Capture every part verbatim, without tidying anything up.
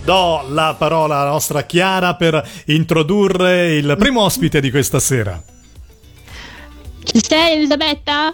do la parola alla nostra Chiara per introdurre il primo ospite di questa sera. Ci sei, Elisabetta?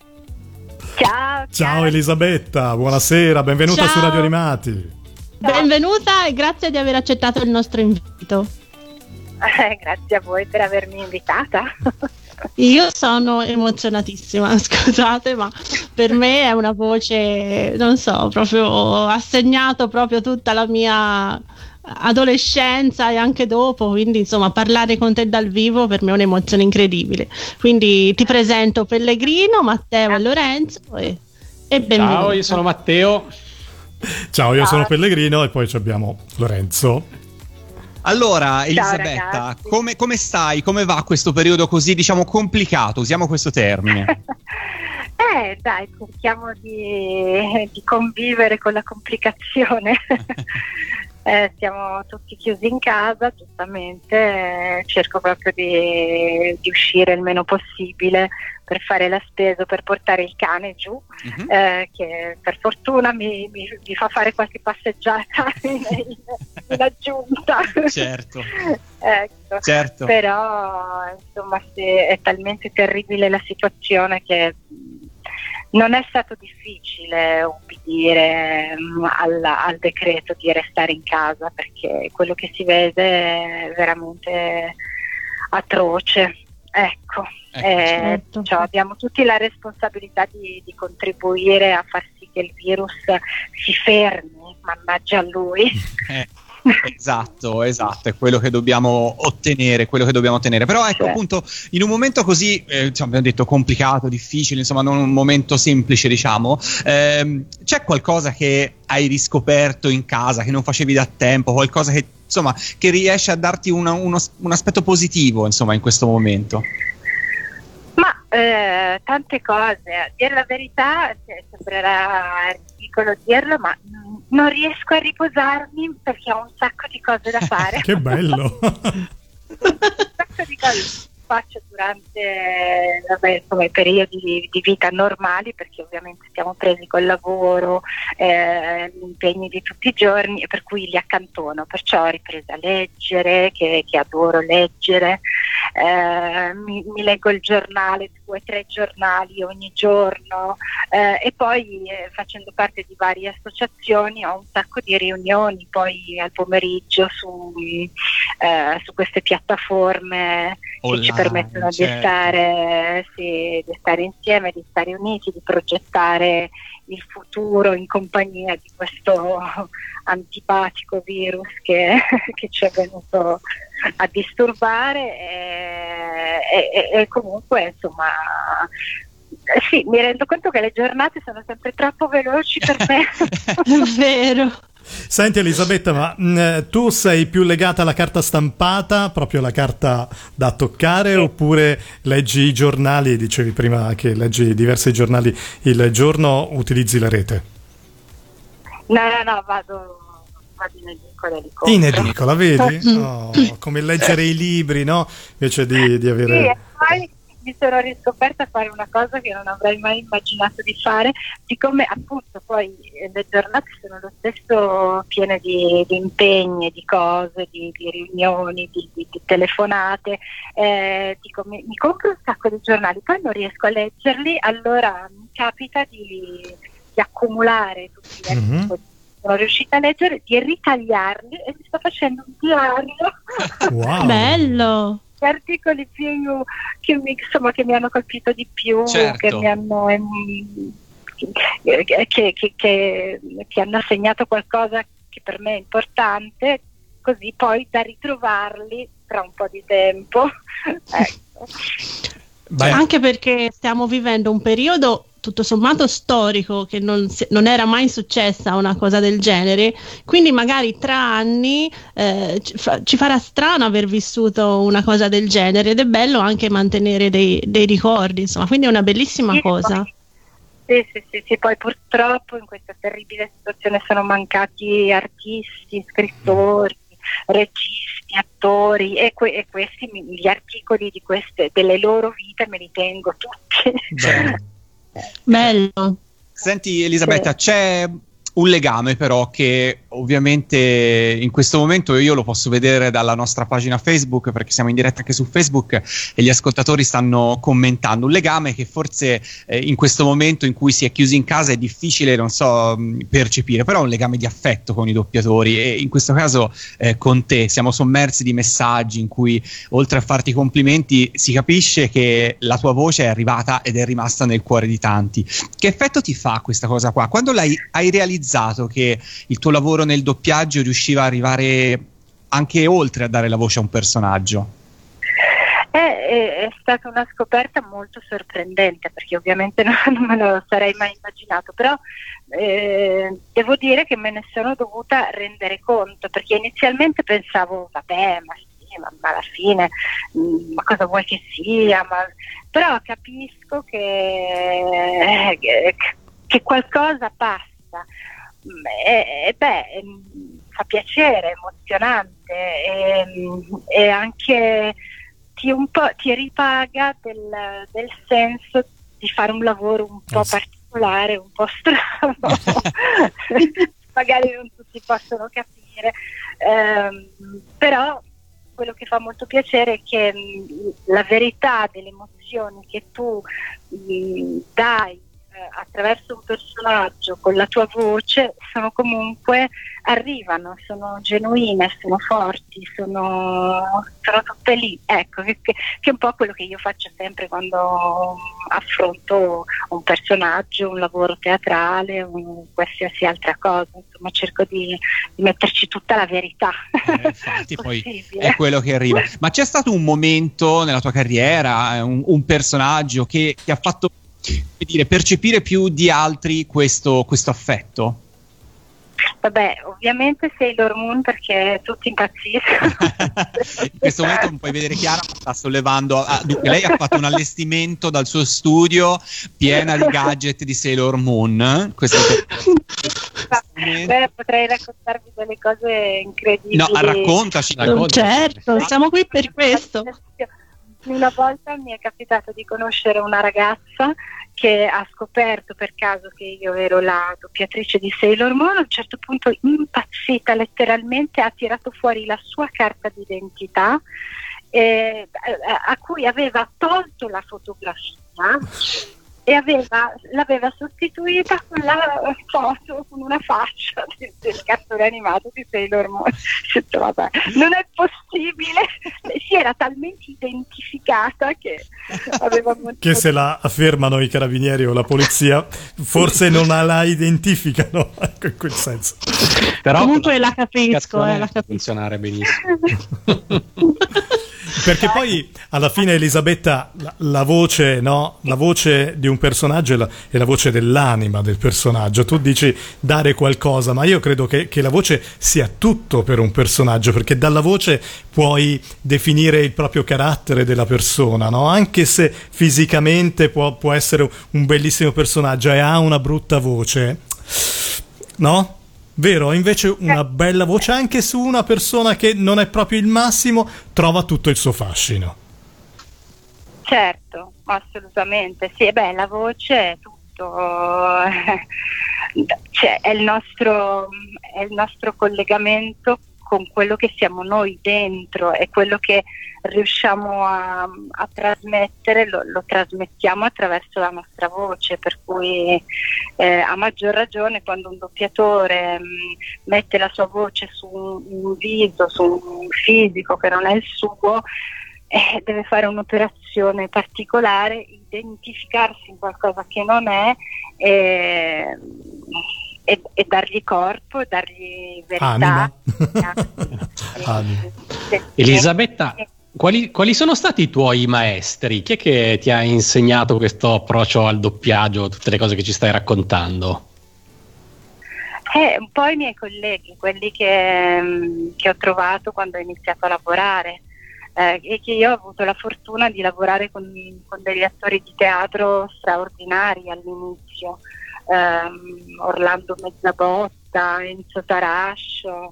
Ciao. Ciao Elisabetta, buonasera, benvenuta Ciao. su Radio Animati. Benvenuta e grazie di aver accettato il nostro invito. Eh, grazie a voi per avermi invitata. Io sono emozionatissima, scusate, ma per me è una voce, non so, proprio ha segnato proprio tutta la mia adolescenza e anche dopo, quindi insomma parlare con te dal vivo per me è un'emozione incredibile. Quindi ti presento Pellegrino, Matteo e Lorenzo e, e benvenuto. Ciao, io sono Matteo. Ciao, io sono Pellegrino e poi ci abbiamo Lorenzo. Allora, Elisabetta, come, come stai? Come va questo periodo così, diciamo, complicato? Usiamo questo termine. Eh, dai, cerchiamo di, di convivere con la complicazione. Eh, siamo tutti chiusi in casa, giustamente, eh, cerco proprio di, di uscire il meno possibile per fare la spesa, per portare il cane giù, uh-huh. eh, che per fortuna mi, mi, mi fa fare qualche passeggiata in, in, in aggiunta. Certo. Ecco. Certo. Però insomma se è talmente terribile la situazione che non è stato difficile ubbidire um, al, al decreto di restare in casa, perché quello che si vede è veramente atroce. Ecco, ecco eh, certo. Cioè, abbiamo tutti la responsabilità di, di contribuire a far sì che il virus si fermi, mannaggia a lui. Eh. Esatto, esatto, è quello che dobbiamo ottenere, quello che dobbiamo ottenere. Però ecco, Sì. appunto, in un momento così, eh, diciamo, abbiamo detto complicato, difficile, insomma, non un momento semplice, diciamo, ehm, c'è qualcosa che hai riscoperto in casa, che non facevi da tempo, qualcosa che, insomma, che riesce a darti una, uno, un aspetto positivo, insomma, in questo momento? Ma eh, tante cose, a dire la verità, eh, sembrerà ridicolo dirlo, ma non riesco a riposarmi perché ho un sacco di cose da fare. Che bello! Un sacco di cose faccio durante vabbè, insomma, i periodi di, di vita normali, perché ovviamente siamo presi col lavoro, eh, gli impegni di tutti i giorni, e per cui li accantono. Perciò ho ripreso a leggere, che, che adoro leggere, eh, mi, mi leggo il giornale, due o tre giornali ogni giorno, eh, e poi eh, facendo parte di varie associazioni ho un sacco di riunioni poi al pomeriggio su, eh, su queste piattaforme che ci permettono certo. di stare sì, di stare insieme, di stare uniti, di progettare il futuro in compagnia di questo antipatico virus che, che ci è venuto a disturbare e, e, e comunque insomma sì, mi rendo conto che le giornate sono sempre troppo veloci per me. È vero. Senti Elisabetta, ma mh, tu sei più legata alla carta stampata, proprio la carta da toccare, sì. Oppure leggi i giornali, dicevi prima che leggi diversi giornali il giorno, utilizzi la rete? No, no, no, vado, vado in edicola, li compro. In edicola, vedi? Oh, come leggere i libri, no? Invece di, di avere... Sì, e poi mi sono riscoperta a fare una cosa che non avrei mai immaginato di fare, siccome appunto poi le giornate sono lo stesso piene di, di impegni, di cose, di, di riunioni, di, di, di telefonate, eh, dico, mi, mi compro un sacco di giornali, poi non riesco a leggerli, allora mi capita di, di accumulare tutti gli articoli. Mm-hmm. Sono riuscita a leggere, di ritagliarli e mi sto facendo un diario. Wow. Bello! Articoli più che mi, insomma, che mi hanno colpito di più, certo. che mi hanno ehm, che, che, che, che, che hanno segnato qualcosa che per me è importante, così poi da ritrovarli tra un po' di tempo. Ecco. Beh. Anche perché stiamo vivendo un periodo tutto sommato storico, che non, non era mai successa una cosa del genere, quindi magari tra anni eh, ci, fa, ci farà strano aver vissuto una cosa del genere, ed è bello anche mantenere dei, dei ricordi, insomma, quindi è una bellissima sì, cosa. Poi, sì, sì, sì, sì, poi purtroppo in questa terribile situazione sono mancati artisti, scrittori, registi, attori, e, que- e questi gli articoli di queste, delle loro vite me li tengo tutti. Beh. Bello. Senti Elisabetta, sì. C'è un legame però che ovviamente in questo momento io lo posso vedere dalla nostra pagina Facebook, perché siamo in diretta anche su Facebook e gli ascoltatori stanno commentando un legame che forse eh, in questo momento in cui si è chiusi in casa è difficile, non so, mh, percepire, però è un legame di affetto con i doppiatori, e in questo caso eh, con te siamo sommersi di messaggi in cui, oltre a farti complimenti, si capisce che la tua voce è arrivata ed è rimasta nel cuore di tanti. Che effetto ti fa questa cosa qua? Quando l'hai, hai realizzato che il tuo lavoro nel doppiaggio riusciva a arrivare anche oltre a dare la voce a un personaggio? È, è, è stata una scoperta molto sorprendente, perché ovviamente non, non me lo sarei mai immaginato, però eh, devo dire che me ne sono dovuta rendere conto, perché inizialmente pensavo, vabbè, ma sì, ma, ma alla fine, mh, ma cosa vuoi che sia? Ma... Però capisco che, che, che qualcosa passa. E, e beh, fa piacere, è emozionante, e, e anche ti, un po', ti ripaga del, del senso di fare un lavoro un po' particolare, un po' strano. Magari non tutti possono capire, ehm, però quello che fa molto piacere è che mh, la verità delle emozioni che tu mh, dai attraverso un personaggio con la tua voce sono comunque, arrivano, sono genuine, sono forti, sono, sono tutte lì, ecco, che, che, che è un po' quello che io faccio sempre quando affronto un personaggio, un lavoro teatrale, un, qualsiasi altra cosa, insomma cerco di, di metterci tutta la verità. Eh, infatti poi è quello che arriva. Ma c'è stato un momento nella tua carriera, un, un personaggio che ti ha fatto, come dire, percepire più di altri questo, questo affetto? Vabbè, ovviamente Sailor Moon, perché tutti impazziscono. In questo momento non puoi vedere Chiara, ma sta sollevando, ah, dunque, lei ha fatto un allestimento dal suo studio piena di gadget di Sailor Moon. Questo Beh, potrei raccontarvi delle cose incredibili. No, raccontaci, raccontaci. Certo, siamo qui per questo. Una volta mi è capitato di conoscere una ragazza che ha scoperto per caso che io ero la doppiatrice di Sailor Moon. A un certo punto, impazzita letteralmente, ha tirato fuori la sua carta d'identità eh, a cui aveva tolto la fotografia e aveva, l'aveva sostituita con la foto, con una faccia del, del cartone animato di Sailor Moon. Detto, vabbè, non è possibile, si era talmente identificata che aveva molto... che se la affermano i carabinieri o la polizia forse non la identificano, ecco, in quel senso. Però comunque la capisco, eh, la capisco. Funzionare benissimo. Perché poi alla fine, Elisabetta, la, la voce, no? La voce di un personaggio è la, è la voce dell'anima del personaggio. Tu dici dare qualcosa, ma io credo che, che la voce sia tutto per un personaggio, perché dalla voce puoi definire il proprio carattere della persona, no? Anche se fisicamente può, può essere un bellissimo personaggio e ha una brutta voce, no? Vero? Invece una bella voce anche su una persona che non è proprio il massimo trova tutto il suo fascino. Certo, assolutamente. Sì, beh, la voce è tutto, cioè, è il nostro, è il nostro collegamento con quello che siamo noi dentro, è quello che riusciamo a, a trasmettere, lo, lo trasmettiamo attraverso la nostra voce, per cui eh, a maggior ragione quando un doppiatore mh, mette la sua voce su un, un viso, su un fisico che non è il suo, eh, deve fare un'operazione particolare, identificarsi in qualcosa che non è e, e, e dargli corpo, e dargli verità. Anima. Anima. Elisabetta, Quali, quali sono stati i tuoi maestri? Chi è che ti ha insegnato questo approccio al doppiaggio, tutte le cose che ci stai raccontando? Eh, un po' i miei colleghi, quelli che, che ho trovato quando ho iniziato a lavorare, eh, e che io ho avuto la fortuna di lavorare con, con degli attori di teatro straordinari all'inizio, eh, Orlando Mezzabotta, Enzo Tarascio,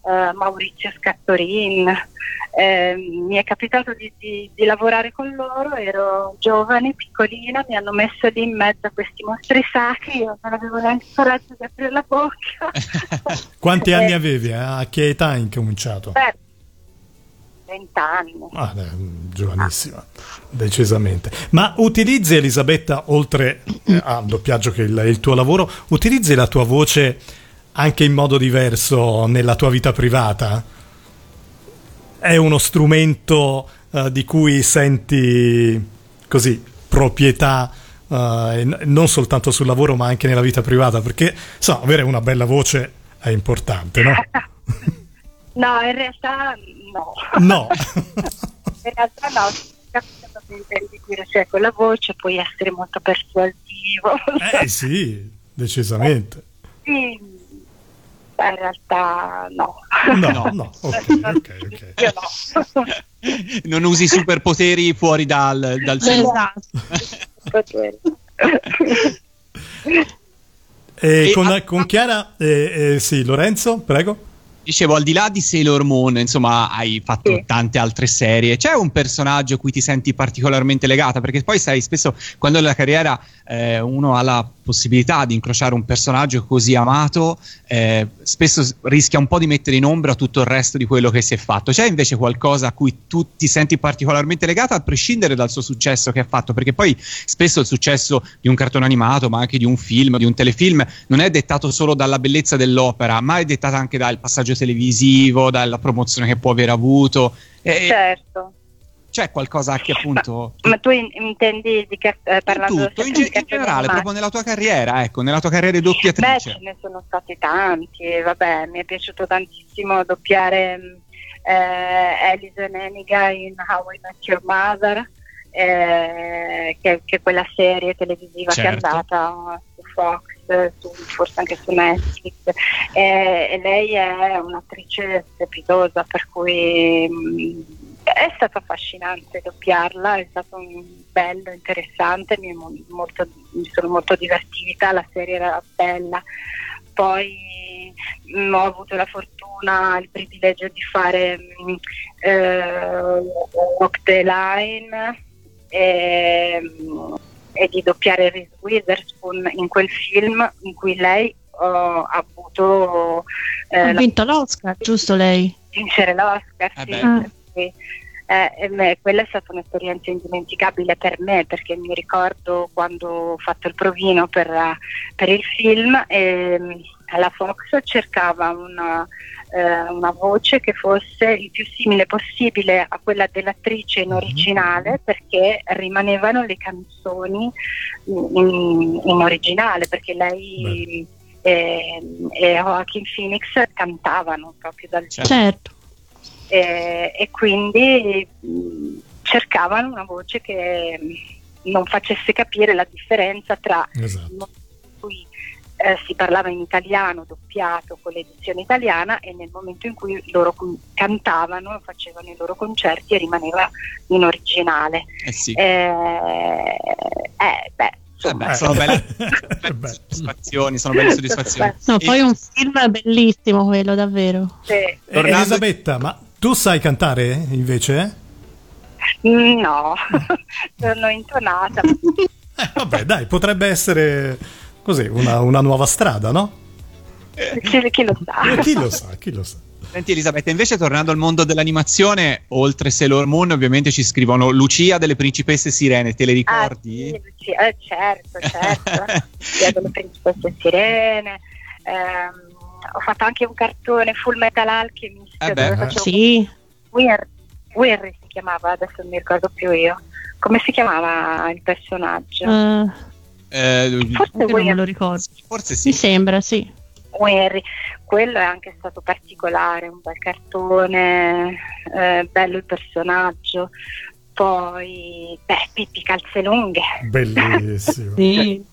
uh, Maurizio Scattorin. Eh, mi è capitato di, di, di lavorare con loro, ero giovane, piccolina, mi hanno messo lì in mezzo a questi mostri sacri, io non avevo neanche il coraggio di aprire la bocca. Quanti eh, anni avevi? Eh? A che età hai incominciato? Beh, vent'anni. Ah, eh, giovanissima, decisamente. Ma utilizzi, Elisabetta, oltre eh, al doppiaggio che è il, il tuo lavoro, utilizzi la tua voce anche in modo diverso nella tua vita privata? È uno strumento uh, di cui senti così proprietà uh, non soltanto sul lavoro ma anche nella vita privata, perché so, avere una bella voce è importante, no? No, in realtà no. No. In realtà no, capita che intendi dire, cioè con la voce puoi essere molto persuasivo. Eh sì, decisamente. Sì. Beh, in realtà no. No, no, ok, ok, ok. Io no. Non usi superpoteri fuori dal, dal Esatto. E E con, a- con Chiara, eh, eh, sì, Lorenzo, prego. Dicevo, al di là di Sailor Moon, insomma, hai fatto Sì. tante altre serie. C'è un personaggio a cui ti senti particolarmente legata? Perché poi sai, spesso quando nella carriera eh, uno ha la possibilità di incrociare un personaggio così amato, eh, spesso s- rischia un po' di mettere in ombra tutto il resto di quello che si è fatto. C'è invece qualcosa a cui tu ti senti particolarmente legata, a prescindere dal suo successo che ha fatto? Perché poi spesso il successo di un cartone animato, ma anche di un film, di un telefilm, non è dettato solo dalla bellezza dell'opera, ma è dettata anche dal passaggio televisivo, dalla promozione che può aver avuto. E Certo. c'è qualcosa che appunto Ma tu in- intendi di che, eh, parlando tutto, in, sempre ge- di in cartoni generale, animati? proprio nella tua carriera, ecco, nella tua carriera di Beh, doppiatrice. ce ne sono stati tanti, vabbè, mi è piaciuto tantissimo doppiare eh, Alison Eniga in How I Met Your Mother, eh, che, che è quella serie televisiva Certo. che è andata su Fox, su, forse anche su Netflix, eh, e lei è un'attrice strepitosa, per cui mh, è stato affascinante doppiarla, è stato un bello, interessante, mi, è mo- molto, mi sono molto divertita, la serie era bella. Poi mh, ho avuto la fortuna, il privilegio di fare mh, eh, Walk the Line e, mh, e di doppiare Reese Witherspoon in quel film in cui lei oh, ha avuto eh, Ha la vinto l'Oscar, giusto lei? vincere l'Oscar, Eh sì, beh. Ah. sì. Eh, e me- quella è stata un'esperienza indimenticabile per me, perché mi ricordo quando ho fatto il provino per, eh, per il film e mh, la Fox cercava una, eh, una voce che fosse il più simile possibile a quella dell'attrice in originale, perché rimanevano le canzoni in, in originale, perché lei e, e Joaquin Phoenix cantavano proprio dal vivo. Certo. E, e quindi mh, cercavano una voce che mh, non facesse capire la differenza tra Esatto. il momento in cui eh, si parlava in italiano doppiato con l'edizione italiana e nel momento in cui loro con- cantavano, facevano i loro concerti e rimaneva in originale. Eh sì. Eh, eh, beh, Eh beh, Eh. sono belle, Eh belle beh. soddisfazioni, sono belle soddisfazioni. No, E- poi un film bellissimo quello, davvero. sì. Eh, Tornando- Elisabetta, ma tu sai cantare invece? Mm, no, sono intonata. Eh, vabbè, dai, potrebbe essere così una, una nuova strada, no? chi, chi lo sa? Eh, chi lo sa, chi lo sa. Senti Elisabetta, invece tornando al mondo dell'animazione, oltre Sailor Moon ovviamente ci scrivono Lucia delle Principesse Sirene, te le ricordi? Ah, sì, Lucia, eh, certo, certo. Lucia delle Principesse Sirene. Ehm, ho fatto anche un cartone Full Metal Alchemist Eh beh. dove facevo Sì, Weir- Weirry si chiamava, adesso non mi ricordo più io. Come si chiamava il personaggio? eh, Eh, Forse io non me lo Weirry. ricordo. forse Mi sì. sembra, sì. Weirry. Quello è anche stato particolare, un bel cartone, eh, bello il personaggio. Poi, beh, Pippi Calzelunghe. Bellissimo. Sì.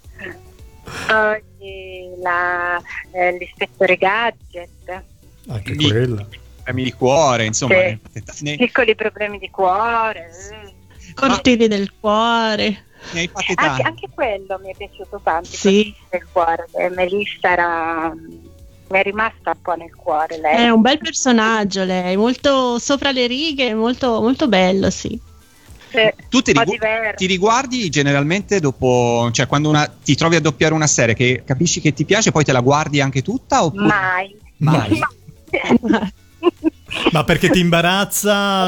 Poi la, eh, l'ispettore Gadget. Anche Di- quella. Problemi di cuore, insomma. Sì. Ne, Piccoli problemi di cuore. eh. Cortili del cuore. ne hai fatte Anche, tante. anche quello mi è piaciuto tanto. Sì. Del cuore. Eh, Melissa era, mi è rimasta un po' nel cuore lei. È un bel personaggio lei, molto sopra le righe, molto, molto bello, sì. Sì, tu ti, rigu- ti riguardi generalmente dopo, cioè quando una, ti trovi a doppiare una serie che capisci che ti piace, poi te la guardi anche tutta? Oppure... Mai. Mai. Ma perché ti imbarazza?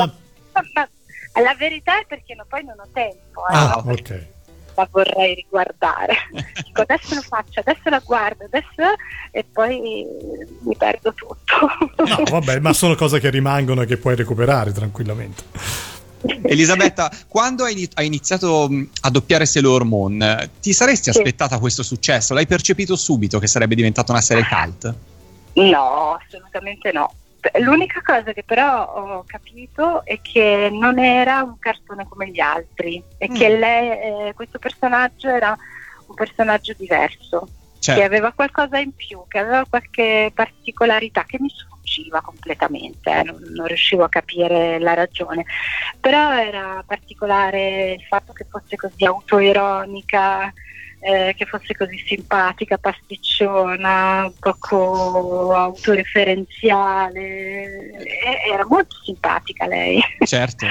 La verità è perché no, poi non ho tempo. Eh, ah, no, ok. La vorrei riguardare. Dico, adesso lo faccio, adesso la guardo, adesso e poi mi perdo tutto. No, vabbè, ma sono cose che rimangono e che puoi recuperare tranquillamente. Elisabetta, quando hai iniziato a doppiare Sailor Moon, ti saresti sì. aspettata questo successo? L'hai percepito subito che sarebbe diventata una serie cult? No, assolutamente no. L'unica cosa che però ho capito è che non era un cartone come gli altri e mm. che lei, eh, questo personaggio era un personaggio diverso, certo. Che aveva qualcosa in più, che aveva qualche particolarità che mi sfuggiva completamente, eh, non, non riuscivo a capire la ragione, però era particolare il fatto che fosse così autoironica, Eh, che fosse così simpatica, pasticciona, un poco autoreferenziale, e, era molto simpatica lei. Certo.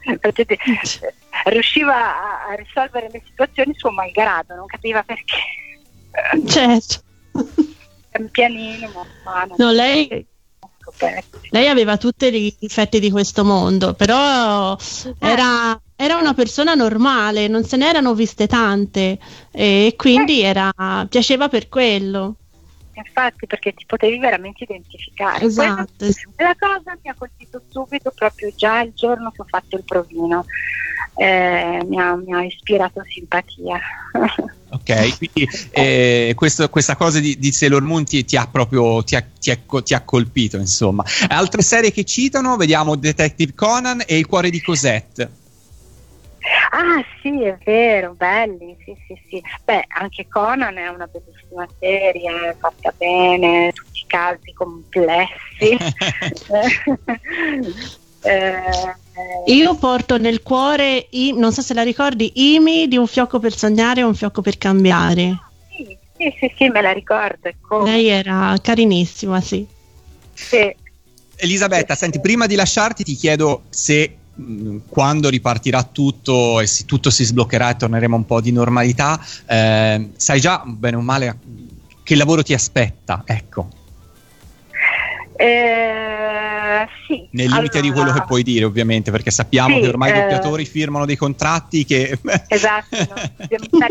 Riusciva a, a risolvere le situazioni suo malgrado, non capiva perché. Certo. Pianino, ma no, lei, lei aveva tutti i difetti di questo mondo, però era... Era una persona normale, non se ne erano viste tante e quindi era, piaceva per quello. Infatti, perché ti potevi veramente identificare. Esatto. La cosa mi ha colpito subito proprio già il giorno che ho fatto il provino. Eh, mi, ha, mi ha ispirato simpatia. Ok, quindi eh, questo, questa cosa di, di Sailor Moon ti, ti ha proprio ti ha, ti, ha, ti ha colpito, insomma. Altre serie che citano, vediamo Detective Conan e Il cuore di Cosette. Ah sì, è vero, belli, sì sì sì. Beh, anche Conan è una bellissima serie, fatta bene, tutti i casi complessi. eh, Io porto nel cuore, i, non so se la ricordi, Imi di Un fiocco per sognare e Un fiocco per cambiare. Sì, sì, sì, sì, me la ricordo. Come. Lei era carinissima, sì. Sì. Elisabetta, sì, senti, sì. Prima di lasciarti ti chiedo se quando ripartirà tutto e se tutto si sbloccherà e torneremo un po' di normalità, eh, sai già bene o male che lavoro ti aspetta, ecco. Eh, sì. Nel limite allora, di quello che puoi dire, ovviamente, perché sappiamo sì, che ormai i eh, doppiatori firmano dei contratti che esatto, no?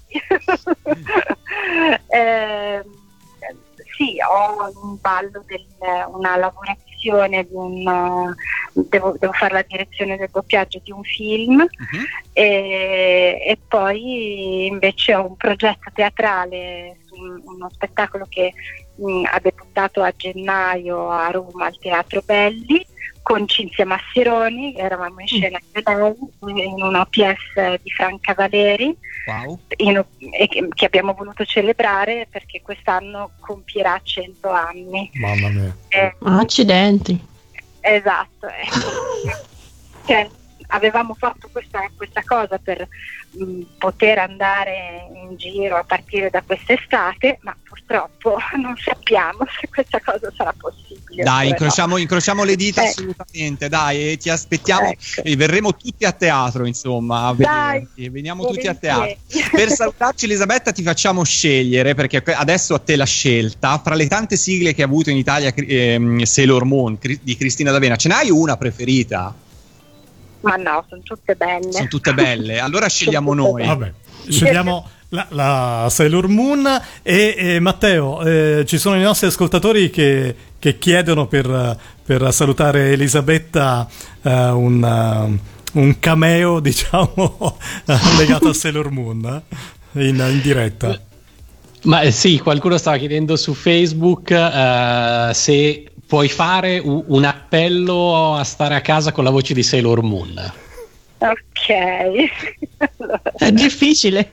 eh, sì, ho un ballo del, una lavorazione di un devo, devo fare la direzione del doppiaggio di un film uh-huh. e, e poi invece ho un progetto teatrale su un, uno spettacolo che mh, ha debuttato a gennaio a Roma al Teatro Belli con Cinzia Massironi, eravamo in scena anche lei in una pièce di Franca Valeri. Wow. In, e che, che abbiamo voluto celebrare perché quest'anno compierà cento anni. Mamma mia. Eh, Accidenti. Esatto. Eh. Cioè, avevamo fatto questa, questa cosa per mh, poter andare in giro a partire da quest'estate, ma purtroppo non sappiamo se questa cosa sarà possibile. Dai, incrociamo, no. incrociamo le dita eh. assolutamente, dai, e ti aspettiamo, ecco. e verremo tutti a teatro, insomma, a dai, vederti, veniamo tutti a teatro. Per salutarci, Elisabetta, ti facciamo scegliere, perché adesso a te la scelta, fra le tante sigle che ha avuto in Italia ehm, Sailor Moon di Cristina D'Avena, ce n'hai una preferita? Ma no, sono tutte belle. Sono tutte belle, allora scegliamo noi. Vabbè, scegliamo la, la Sailor Moon e, e Matteo, eh, ci sono i nostri ascoltatori che, che chiedono per, per salutare Elisabetta uh, un, uh, un cameo, diciamo, legato a Sailor Moon eh, in, in diretta. Ma eh, sì, qualcuno stava chiedendo su Facebook uh, se puoi fare un, un appello a stare a casa con la voce di Sailor Moon. Ok. Allora. È difficile.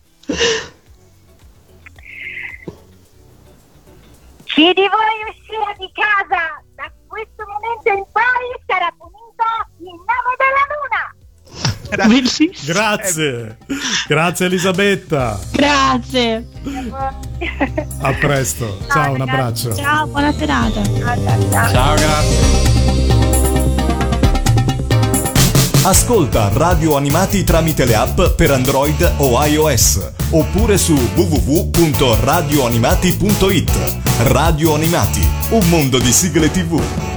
Chi di voi uscirà di casa da questo momento in poi sarà punito in nome della luna. Bellissimo. Grazie, grazie Elisabetta. Grazie. A presto. Ciao, ciao, un abbraccio. Ciao, buona serata. Ciao, ciao, ciao. Ciao, grazie. Ascolta Radio Animati tramite le app per Android o iOS oppure su w w w punto radio animati punto it. Radio Animati, un mondo di sigle tivù.